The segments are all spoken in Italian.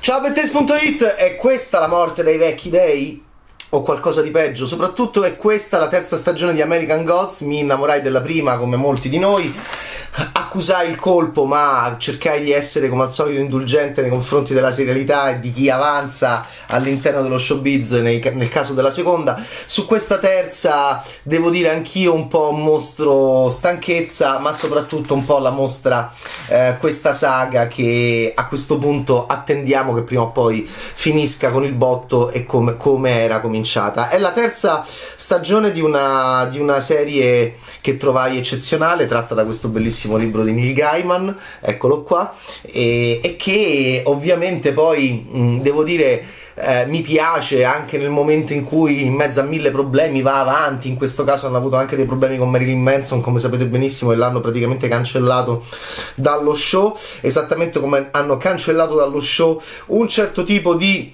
Ciao Bettes.it, è questa la morte dei vecchi dei? O qualcosa di peggio? Soprattutto è questa la terza stagione di American Gods. Mi innamorai della prima come molti di noi, accusai il colpo ma cercai di essere come al solito indulgente nei confronti della serialità e di chi avanza all'interno dello showbiz nel caso della seconda. Su questa terza devo dire anch'io un po' mostro stanchezza, ma soprattutto un po' la mostra questa saga che a questo punto attendiamo che prima o poi finisca con il botto e come era cominciata. È la terza stagione di una serie che trovai eccezionale, tratta da questo bellissimo libro di Neil Gaiman, eccolo qua, e che ovviamente poi devo dire mi piace anche nel momento in cui in mezzo a mille problemi va avanti. In questo caso hanno avuto anche dei problemi con Marilyn Manson, come sapete benissimo, e l'hanno praticamente cancellato dallo show, esattamente come hanno cancellato dallo show un certo tipo di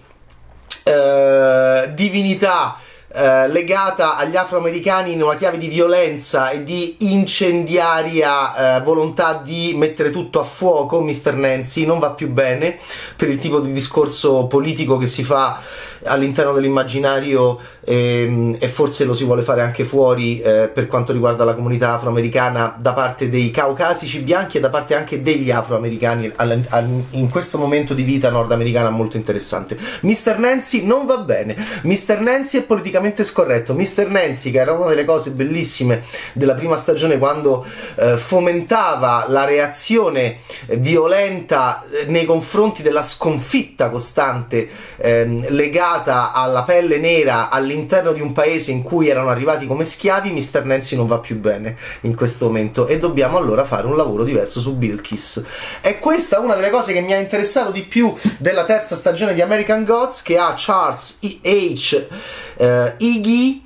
divinità legata agli afroamericani in una chiave di violenza e di incendiaria volontà di mettere tutto a fuoco. Mr. Nancy non va più bene per il tipo di discorso politico che si fa all'interno dell'immaginario e forse lo si vuole fare anche fuori per quanto riguarda la comunità afroamericana da parte dei caucasici bianchi e da parte anche degli afroamericani in questo momento di vita nordamericana molto interessante. Mr. Nancy non va bene, Mr. Nancy è politicamente scorretto, Mr. Nancy, che era una delle cose bellissime della prima stagione, quando fomentava la reazione violenta nei confronti della sconfitta costante legata alla pelle nera all'interno di un paese in cui erano arrivati come schiavi. Mr. Nancy non va più bene in questo momento e dobbiamo allora fare un lavoro diverso su Bilkis. E questa è una delle cose che mi ha interessato di più della terza stagione di American Gods, che ha Charles H. Iggy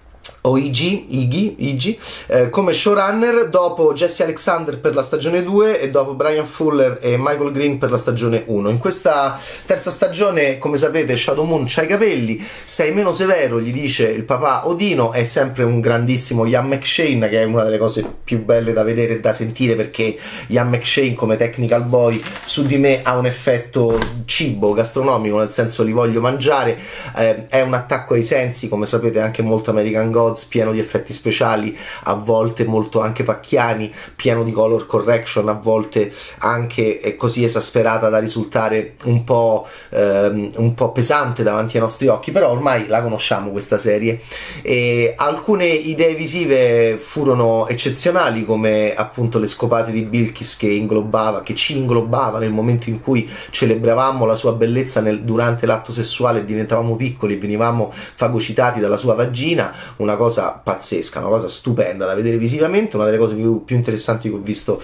come showrunner, dopo Jesse Alexander per la stagione 2 e dopo Brian Fuller e Michael Green per la stagione 1. In questa terza stagione, come sapete, Shadow Moon c'ha i capelli, sei meno severo, gli dice il papà Odino. È sempre un grandissimo Ian McShane, che è una delle cose più belle da vedere e da sentire, perché Ian McShane come technical boy su di me ha un effetto cibo gastronomico, nel senso li voglio mangiare. È un attacco ai sensi, come sapete, anche molto American Gods, pieno di effetti speciali, a volte molto anche pacchiani, pieno di color correction, a volte anche così esasperata da risultare un po' pesante davanti ai nostri occhi, però ormai la conosciamo questa serie. E alcune idee visive furono eccezionali, come appunto le scopate di Bilkis che ci inglobava nel momento in cui celebravamo la sua bellezza durante l'atto sessuale, diventavamo piccoli e venivamo fagocitati dalla sua vagina. Una cosa pazzesca, una cosa stupenda da vedere visivamente, una delle cose più interessanti che ho visto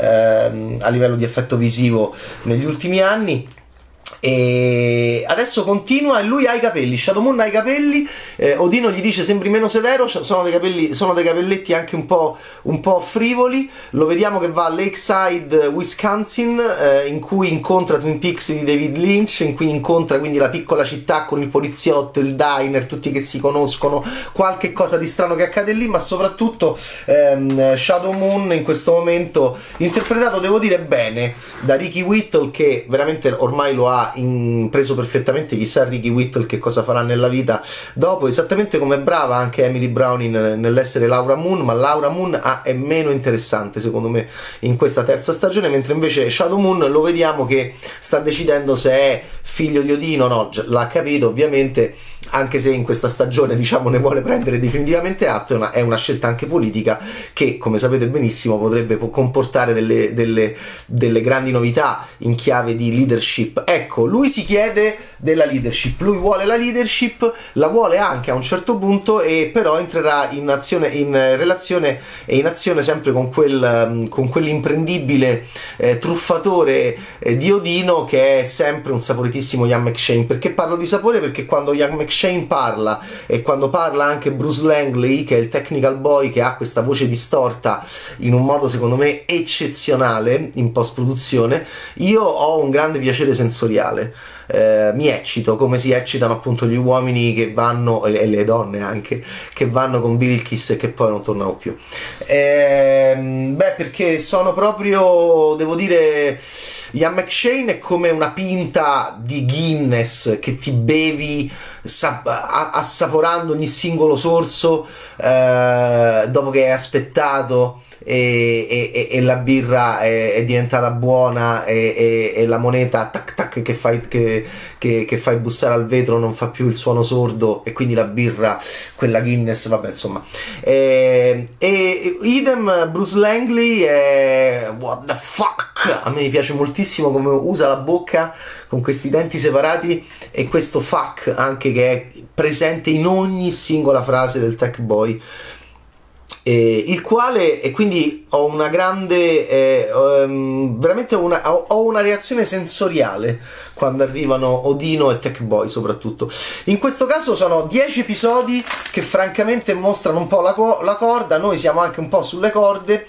a livello di effetto visivo negli ultimi anni. E adesso continua e lui ha i capelli, Shadow Moon ha i capelli, Odino gli dice sembri meno severo, sono dei capelletti anche un po' frivoli. Lo vediamo che va a Lakeside, Wisconsin, in cui incontra Twin Peaks di David Lynch, in cui incontra quindi la piccola città con il poliziotto, il diner, tutti che si conoscono, qualche cosa di strano che accade lì, ma soprattutto Shadow Moon in questo momento interpretato, devo dire, bene da Ricky Whittle, che veramente ormai lo ha preso perfettamente. Chissà Ricky Whittle che cosa farà nella vita dopo, esattamente come è brava anche Emily Browning nell'essere Laura Moon, ma Laura Moon è meno interessante secondo me in questa terza stagione, mentre invece Shadow Moon lo vediamo che sta decidendo se è figlio di Odino. No, l'ha capito ovviamente, anche se in questa stagione diciamo ne vuole prendere definitivamente atto. È una scelta anche politica che, come sapete benissimo, potrebbe comportare delle grandi novità in chiave di leadership. Ecco, lui si chiede della leadership, lui vuole la leadership, la vuole anche a un certo punto, e però entrerà in relazione e in azione sempre con quell'imprendibile truffatore di Odino, che è sempre un saporitissimo Ian McShane. Perché parlo di sapore? Perché quando Ian McShane parla, e quando parla anche Bruce Langley, che è il technical boy, che ha questa voce distorta in un modo secondo me eccezionale in post produzione, io ho un grande piacere sensoriale. mi eccito, come si eccitano appunto gli uomini che vanno, e le donne anche, che vanno con Bilkis e che poi non tornano più. Beh, perché sono proprio, devo dire, Ian McShane è come una pinta di Guinness che ti bevi assaporando ogni singolo sorso dopo che hai aspettato e la birra è diventata buona e la moneta tac tac che fai bussare al vetro non fa più il suono sordo, e quindi la birra, quella Guinness, vabbè, insomma. E idem Bruce Langley è what the fuck, a me piace moltissimo come usa la bocca con questi denti separati, e questo fuck anche che è presente in ogni singola frase del Tech Boy, il quale, e quindi ho una grande veramente ho una reazione sensoriale quando arrivano Odino e Tech Boy soprattutto. In questo caso sono 10 episodi che francamente mostrano un po' la corda, noi siamo anche un po' sulle corde,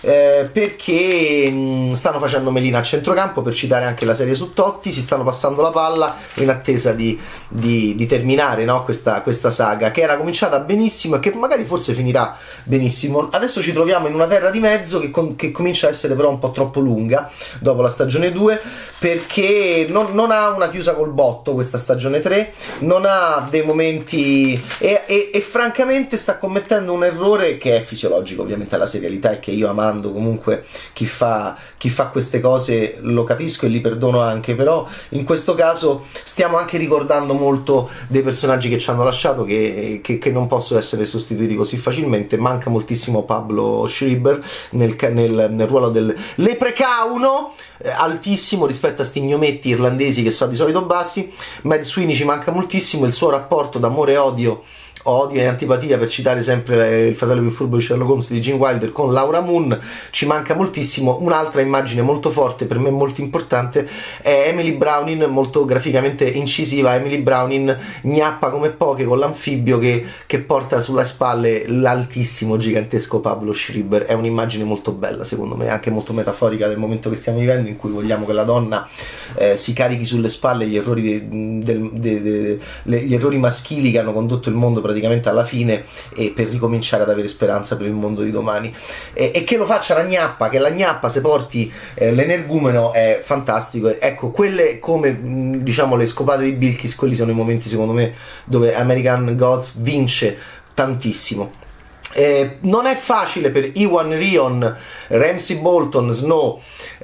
perché stanno facendo melina a centrocampo, per citare anche la serie su Totti, si stanno passando la palla in attesa di terminare, no, questa saga che era cominciata benissimo e che magari forse finirà benissimo. Adesso ci troviamo in una terra di mezzo che comincia a essere però un po' troppo lunga dopo la stagione 2, perché non ha una chiusa col botto questa stagione 3, non ha dei momenti e francamente sta commettendo un errore che è fisiologico ovviamente alla serialità, e che io, amando comunque chi fa queste cose, lo capisco e li perdono anche, però in questo caso stiamo anche ricordando molto dei personaggi che ci hanno lasciato, che non possono essere sostituiti così facilmente. Manca moltissimo Pablo Schreiber nel ruolo del Leprecauno, altissimo rispetto a sti gnometti irlandesi che sono di solito bassi. Mad Sweeney ci manca moltissimo, il suo rapporto d'amore e odio e antipatia, per citare sempre il fratello più furbo di Sherlock Holmes di Gene Wilder, con Laura Moon ci manca moltissimo. Un'altra immagine molto forte, per me molto importante, è Emily Browning, molto graficamente incisiva. Emily Browning gnappa come poche con l'anfibio che porta sulle spalle l'altissimo, gigantesco Pablo Schreiber. È un'immagine molto bella, secondo me, anche molto metaforica del momento che stiamo vivendo, in cui vogliamo che la donna si carichi sulle spalle gli errori gli errori maschili che hanno condotto il mondo praticamente alla fine, e per ricominciare ad avere speranza per il mondo di domani, e che lo faccia la gnappa, che la gnappa se porti l'energumeno è fantastico. Ecco, quelle, come diciamo le scopate di Bilkis, quelli sono i momenti secondo me dove American Gods vince tantissimo. Non è facile per Iwan Rheon, Ramsay Bolton, Snow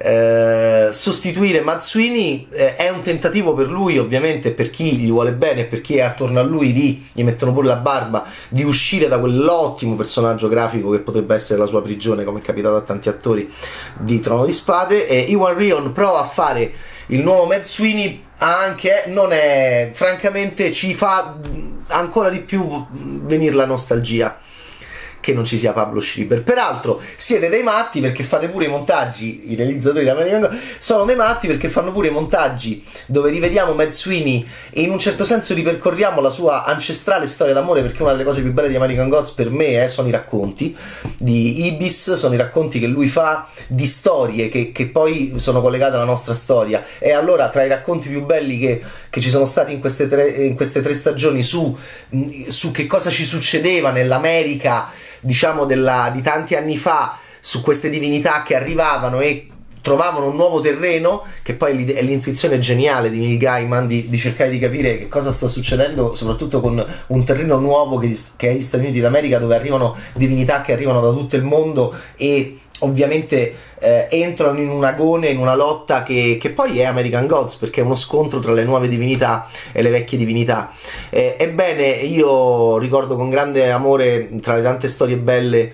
sostituire Mad Sweeney, è un tentativo per lui, ovviamente, per chi gli vuole bene, per chi è attorno a lui, gli mettono pure la barba, di uscire da quell'ottimo personaggio grafico che potrebbe essere la sua prigione, come è capitato a tanti attori di Trono di Spade. E Iwan Rheon prova a fare il nuovo Mad Sweeney, anche non è, francamente ci fa ancora di più venire la nostalgia che non ci sia Pablo Schreiber. Peraltro siete dei matti perché fate pure i montaggi, i realizzatori di American Gods sono dei matti perché fanno pure i montaggi dove rivediamo Mad Sweeney e in un certo senso ripercorriamo la sua ancestrale storia d'amore, perché una delle cose più belle di American Gods per me sono i racconti di Ibis, sono i racconti che lui fa di storie che poi sono collegate alla nostra storia. E allora, tra i racconti più belli che ci sono stati in queste tre stagioni su che cosa ci succedeva nell'America, diciamo, di tanti anni fa, su queste divinità che arrivavano e trovavano un nuovo terreno, che poi è l'intuizione geniale di Neil Gaiman di cercare di capire che cosa sta succedendo, soprattutto con un terreno nuovo che è gli Stati Uniti d'America, dove arrivano divinità che arrivano da tutto il mondo e ovviamente entrano in un agone, in una lotta che poi è American Gods, perché è uno scontro tra le nuove divinità e le vecchie divinità. Ebbene, io ricordo con grande amore, tra le tante storie belle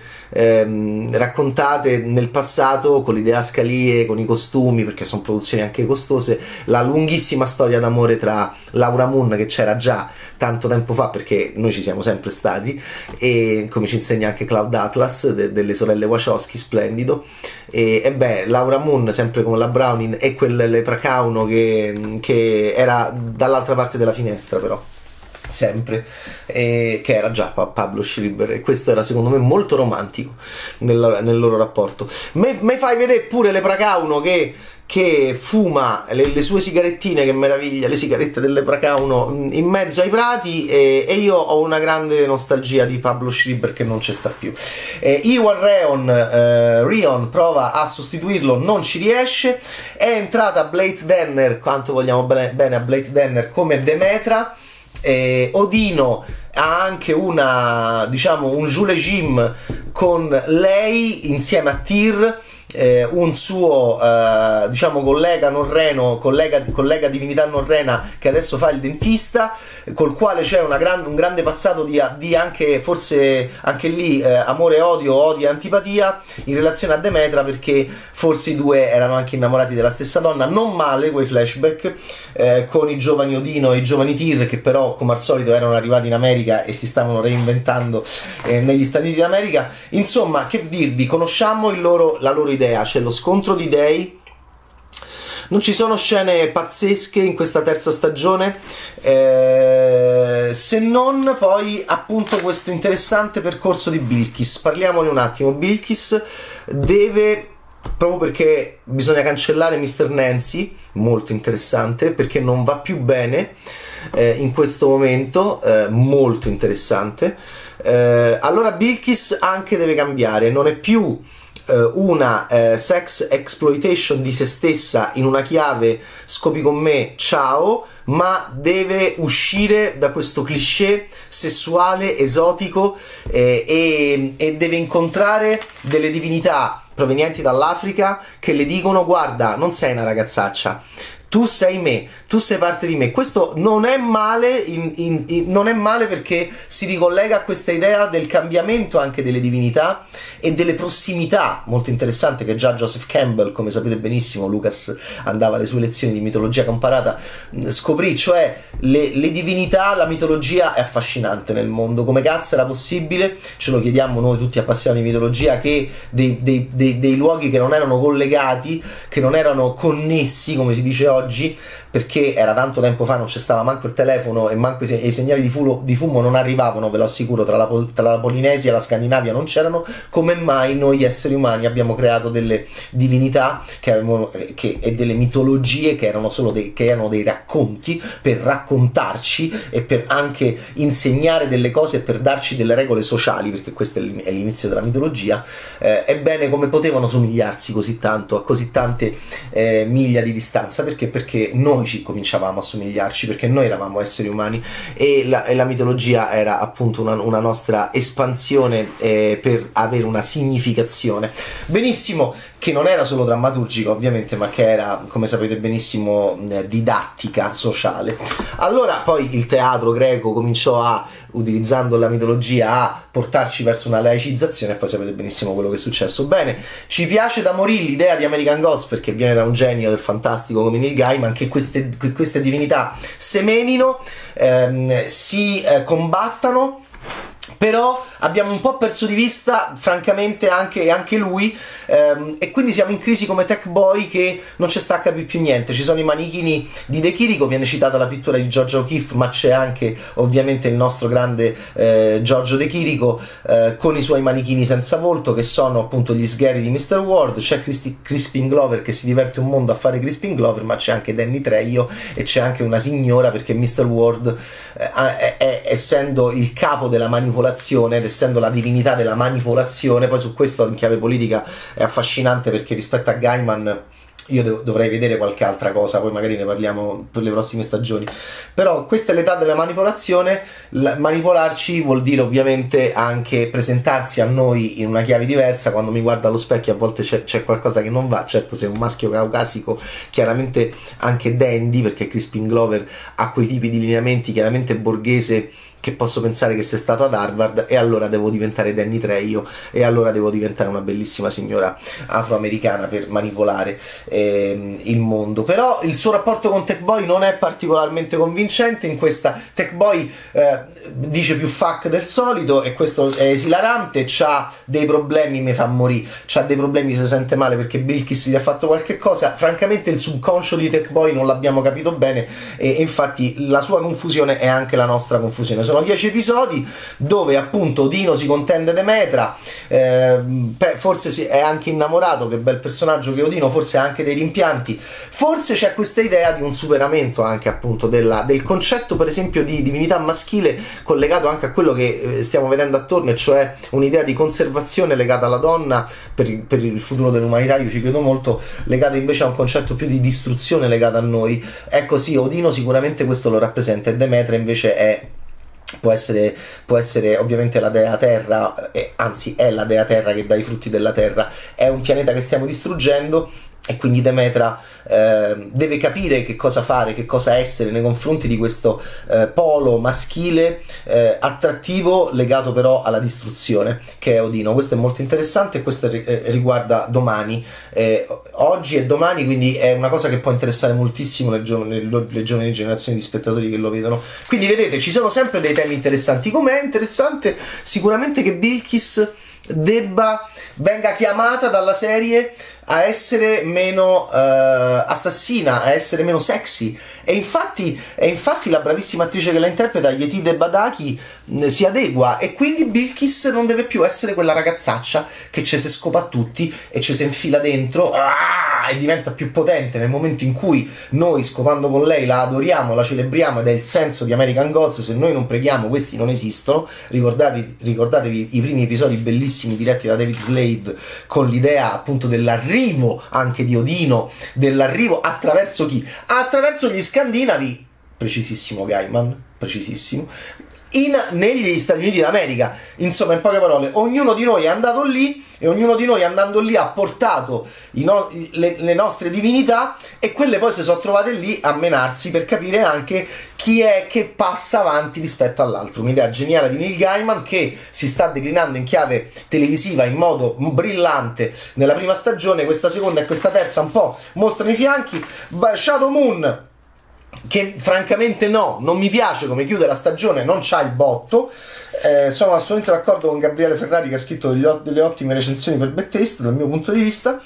raccontate nel passato, con le didascalie, con i costumi, perché sono produzioni anche costose, la lunghissima storia d'amore tra Laura Moon, che c'era già tanto tempo fa, perché noi ci siamo sempre stati, e come ci insegna anche Cloud Atlas delle sorelle Wachowski, splendido. E beh, Laura Moon sempre come la Browning, e quel Leprecauno che era dall'altra parte della finestra, però sempre, che era già Pablo Schreiber, e questo era secondo me molto romantico nel loro rapporto. Me fai vedere pure Leprecauno che che fuma le sue sigarettine, che meraviglia, le sigarette del Lepracauno in mezzo ai prati, e io ho una grande nostalgia di Pablo Schreiber che non ci sta più. Iwan Rion prova a sostituirlo, non ci riesce. È entrata Blythe Danner, quanto vogliamo bene a Blythe Danner, come Demetra. Odino ha anche una, diciamo, un Jules Jim con lei insieme a Tyr, un suo diciamo collega norreno, collega divinità norrena, che adesso fa il dentista, col quale c'è un grande passato di anche, forse anche lì, amore e odio e antipatia in relazione a Demetra, perché forse i due erano anche innamorati della stessa donna. Non male quei flashback con i giovani Odino e i giovani Tyr, che però come al solito erano arrivati in America e si stavano reinventando negli Stati Uniti d'America. Insomma, che dirvi, conosciamo la loro idea. C'è lo scontro di dei, non ci sono scene pazzesche in questa terza stagione, se non poi appunto questo interessante percorso di Bilkis. Parliamone un attimo. Bilkis deve, proprio perché bisogna cancellare Mr. Nancy, molto interessante, perché non va più bene in questo momento, molto interessante. Allora Bilkis anche deve cambiare, non è più una sex exploitation di se stessa in una chiave scopi con me, ciao, ma deve uscire da questo cliché sessuale esotico, e deve incontrare delle divinità provenienti dall'Africa che le dicono: guarda, non sei una ragazzaccia, tu sei me, tu sei parte di me. Questo non è male, non è male, perché si ricollega a questa idea del cambiamento anche delle divinità e delle prossimità, molto interessante, che già Joseph Campbell, come sapete benissimo, Lucas andava alle sue lezioni di mitologia comparata, scoprì, cioè le divinità, la mitologia è affascinante nel mondo. Come cazzo era possibile, ce lo chiediamo noi tutti appassionati di mitologia, che dei luoghi che non erano collegati, che non erano connessi, come si dice oggi, perché era tanto tempo fa, non c'è stava manco il telefono e manco i segnali di fumo non arrivavano, ve lo assicuro, tra la Polinesia e la Scandinavia non c'erano. Come mai noi esseri umani abbiamo creato delle divinità e delle mitologie che erano dei racconti per raccontarci e per anche insegnare delle cose e per darci delle regole sociali, perché questo è l'inizio della mitologia. Ebbene, come potevano somigliarsi così tanto a così tante miglia di distanza? Perché noi ci cominciavamo a somigliarci, perché noi eravamo esseri umani, e la mitologia era appunto una nostra espansione per avere una significazione. Benissimo, che non era solo drammaturgica ovviamente, ma che era, come sapete benissimo, didattica, sociale. Allora poi il teatro greco cominciò utilizzando la mitologia, a portarci verso una laicizzazione, e poi sapete benissimo quello che è successo. Bene, ci piace da morire l'idea di American Gods, perché viene da un genio del fantastico come Neil Gaiman, che queste divinità semenino, si combattano. Però abbiamo un po' perso di vista, francamente, anche lui, e quindi siamo in crisi come Tech Boy, che non ci stacca più niente. Ci sono i manichini di De Chirico, viene citata la pittura di George O'Keeffe, ma c'è anche ovviamente il nostro grande Giorgio De Chirico, con i suoi manichini senza volto, che sono appunto gli sgheri di Mr. Ward. C'è Crispin Glover, che si diverte un mondo a fare Crispin Glover, ma c'è anche Danny Trejo, e c'è anche una signora, perché Mr. Ward, essendo il capo della manipolazione ed essendo la divinità della manipolazione, poi su questo in chiave politica è affascinante, perché rispetto a Gaiman io dovrei vedere qualche altra cosa, poi magari ne parliamo per le prossime stagioni. Però questa è l'età della manipolazione. Manipolarci vuol dire ovviamente anche presentarsi a noi in una chiave diversa. Quando mi guardo allo specchio a volte c'è qualcosa che non va. Certo, se è un maschio caucasico, chiaramente anche dandy, perché Crispin Glover ha quei tipi di lineamenti, chiaramente borghese, che posso pensare che sia stato ad Harvard, e allora devo diventare Danny Trejo, e allora devo diventare una bellissima signora afroamericana per manipolare il mondo. Però il suo rapporto con Tech Boy non è particolarmente convincente. In questa Tech Boy dice più fuck del solito, e questo è esilarante. C'ha dei problemi, mi fa morire, c'ha dei problemi, si sente male perché Bilkis gli ha fatto qualche cosa. Francamente il subconscio di Tech Boy non l'abbiamo capito bene, e infatti la sua confusione è anche la nostra confusione. Sono 10 episodi dove appunto Odino si contende Demetra, forse è anche innamorato, che bel personaggio che Odino, forse ha anche dei rimpianti, forse c'è questa idea di un superamento anche appunto del concetto per esempio di divinità maschile collegato anche a quello che stiamo vedendo attorno, e cioè un'idea di conservazione legata alla donna per il futuro dell'umanità. Io ci credo molto, legata invece a un concetto più di distruzione legata a noi. Ecco sì, Odino sicuramente questo lo rappresenta, e Demetra invece può essere ovviamente la dea terra, anzi è la dea terra che dà i frutti della terra. È un pianeta che stiamo distruggendo, e quindi Demetra deve capire che cosa fare, che cosa essere nei confronti di questo polo maschile attrattivo, legato però alla distruzione, che è Odino. Questo è molto interessante, e questo riguarda domani, oggi e domani, quindi è una cosa che può interessare moltissimo le giovani generazioni di spettatori che lo vedono. Quindi vedete, ci sono sempre dei temi interessanti. Com'è interessante sicuramente che Bilquis venga chiamata dalla serie a essere meno assassina, a essere meno sexy, e infatti la bravissima attrice che la interpreta, Yetide Badaki, si adegua, e quindi Bilquis non deve più essere quella ragazzaccia che ci si scopa a tutti e ci si infila dentro e diventa più potente nel momento in cui noi, scopando con lei, la adoriamo, la celebriamo, ed è il senso di American Gods. Se noi non preghiamo, questi non esistono. Ricordatevi i primi episodi bellissimi diretti da David Slade, con l'idea appunto dell'arrivo anche di Odino, dell'arrivo attraverso chi? Attraverso gli scandinavi, precisissimo Gaiman, precisissimo, negli Stati Uniti d'America. Insomma, in poche parole, ognuno di noi è andato lì, e ognuno di noi, andando lì, ha portato le nostre divinità, e quelle poi si sono trovate lì a menarsi per capire anche chi è che passa avanti rispetto all'altro. Un'idea geniale di Neil Gaiman, che si sta declinando in chiave televisiva in modo brillante nella prima stagione. Questa seconda e questa terza un po' mostrano i fianchi. Shadow Moon, che francamente non mi piace come chiude la stagione, non c'ha il botto. Sono assolutamente d'accordo con Gabriele Ferrari, che ha scritto delle ottime recensioni per Bad Taste dal mio punto di vista,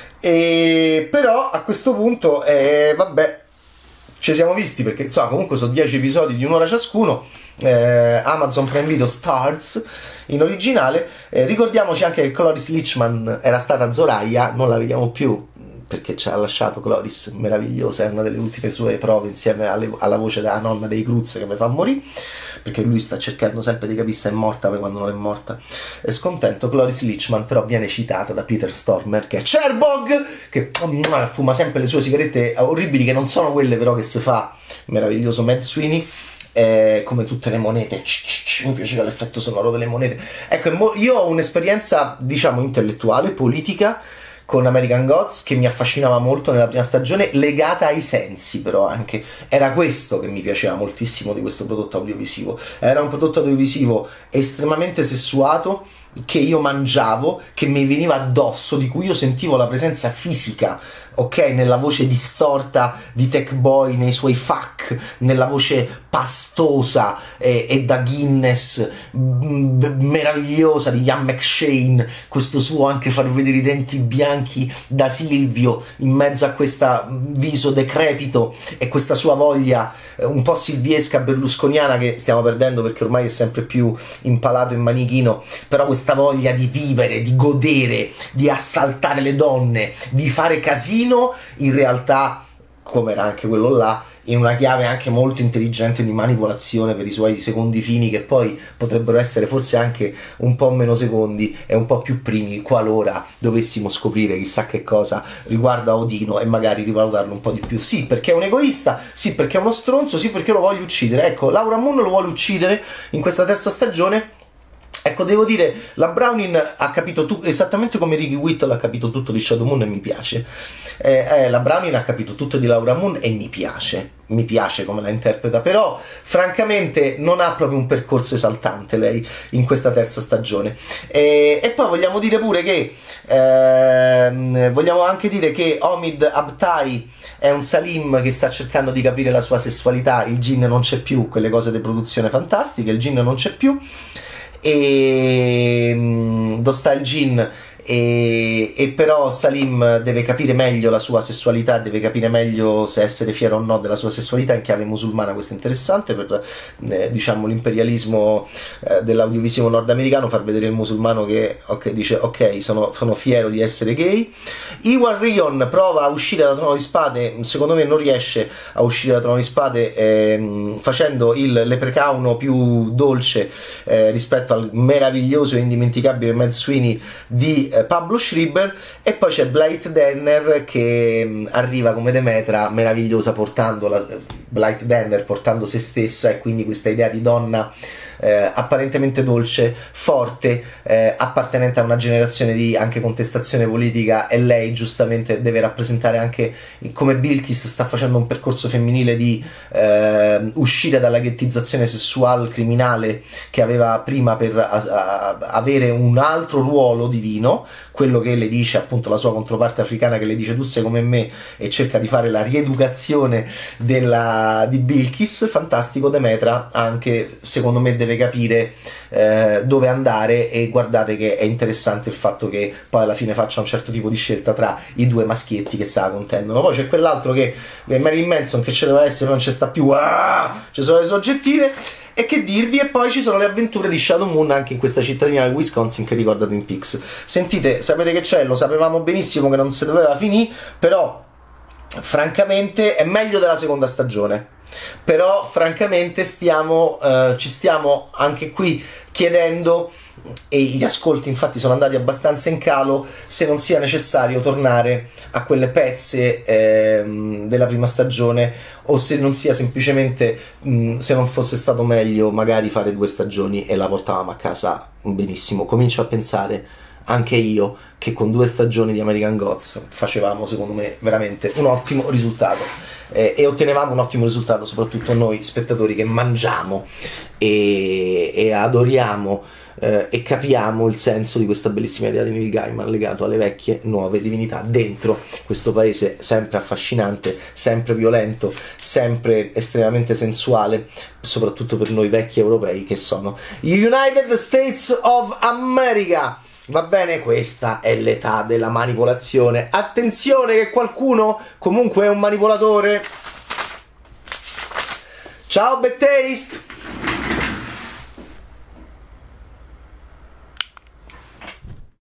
però a questo punto vabbè, ci siamo visti, perché insomma comunque sono 10 episodi di un'ora ciascuno, Amazon Prime Video Stars in originale. Ricordiamoci anche che Cloris Leachman era stata Zoraia, non la vediamo più perché ci ha lasciato. Cloris meravigliosa, è una delle ultime sue prove insieme alla voce della nonna dei Cruz, che mi fa morire, perché lui sta cercando sempre di capire se è morta, poi quando non è morta è scontento. Cloris Leachman però viene citata da Peter Stormer, che è Cherbourg, che fuma sempre le sue sigarette orribili, che non sono quelle però che si fa meraviglioso Mad Sweeney, come tutte le monete. Mi piaceva l'effetto sonoro delle monete. Ecco, io ho un'esperienza, diciamo, intellettuale, politica con American Gods, che mi affascinava molto nella prima stagione, legata ai sensi. Però anche era questo che mi piaceva moltissimo di questo prodotto audiovisivo. Era un prodotto audiovisivo estremamente sessuato, che io mangiavo, che mi veniva addosso, di cui io sentivo la presenza fisica, ok, nella voce distorta di Tech Boy, nei suoi fuck, nella voce pastosa e da Guinness meravigliosa di Ian McShane, questo suo anche far vedere i denti bianchi da Silvio in mezzo a questo viso decrepito, e questa sua voglia un po' silviesca berlusconiana, che stiamo perdendo perché ormai è sempre più impalato in manichino, però questa voglia di vivere, di godere, di assaltare le donne, di fare casino, in realtà, come era anche quello là, in una chiave anche molto intelligente di manipolazione per i suoi secondi fini, che poi potrebbero essere forse anche un po' meno secondi e un po' più primi, qualora dovessimo scoprire chissà che cosa riguardo a Odino e magari rivalutarlo un po' di più. Sì, perché è un egoista, sì, perché è uno stronzo, sì, perché lo voglio uccidere. Ecco, Laura Moon lo vuole uccidere in questa terza stagione. Ecco, devo dire, la Browning ha capito tutto, esattamente come Ricky Whittle ha capito tutto di Shadow Moon, e mi piace. La Browning ha capito tutto di Laura Moon, e mi piace come la interpreta, però francamente non ha proprio un percorso esaltante lei in questa terza stagione. E poi vogliamo dire pure che vogliamo anche dire che Omid Abtai è un Salim che sta cercando di capire la sua sessualità. Il gin non c'è più, quelle cose di produzione fantastiche, il gin non c'è più, e Dostal Gin e però Salim deve capire meglio la sua sessualità, deve capire meglio se essere fiero o no della sua sessualità in chiave musulmana. Questo è interessante per diciamo l'imperialismo dell'audiovisivo nordamericano, far vedere il musulmano che dice ok, sono fiero di essere gay. Iwan Rion prova a uscire da Trono di Spade, secondo me non riesce a uscire da Trono di Spade facendo il leprecauno più dolce rispetto al meraviglioso e indimenticabile Mad Sweeney di Pablo Schreiber. E poi c'è Blythe Danner che arriva come Demetra meravigliosa, Blythe Danner portando se stessa, e quindi questa idea di donna apparentemente dolce, forte, appartenente a una generazione di anche contestazione politica, e lei giustamente deve rappresentare anche come Bilkis sta facendo un percorso femminile di uscire dalla ghettizzazione sessuale criminale che aveva prima per avere un altro ruolo divino, quello che le dice appunto la sua controparte africana, che le dice tu sei come me, e cerca di fare la rieducazione di Bilkis. Fantastico. Demetra anche secondo me deve capire dove andare, e guardate che è interessante il fatto che poi alla fine faccia un certo tipo di scelta tra i due maschietti che se la contendono. Poi c'è quell'altro che è Marilyn Manson, che ci doveva essere, non c'è sta più, ci sono le sue oggettive. E che dirvi, e poi ci sono le avventure di Shadow Moon anche in questa cittadina del Wisconsin che ricorda Twin Peaks. Sentite, sapete che c'è, lo sapevamo benissimo che non si doveva finire, però francamente è meglio della seconda stagione. Però francamente ci stiamo anche qui chiedendo, e gli ascolti infatti sono andati abbastanza in calo, se non sia necessario tornare a quelle pezze della prima stagione, o se non sia semplicemente se non fosse stato meglio magari fare 2 stagioni e la portavamo a casa benissimo. Comincio a pensare anche io che con 2 stagioni di American Gods facevamo secondo me veramente un ottimo risultato, e ottenevamo un ottimo risultato soprattutto noi spettatori che mangiamo e adoriamo e capiamo il senso di questa bellissima idea di Neil Gaiman legato alle vecchie nuove divinità dentro questo paese sempre affascinante, sempre violento, sempre estremamente sensuale, soprattutto per noi vecchi europei che sono gli United States of America. Va bene, questa è l'età della manipolazione. Attenzione che qualcuno comunque è un manipolatore. Ciao Bad Taste!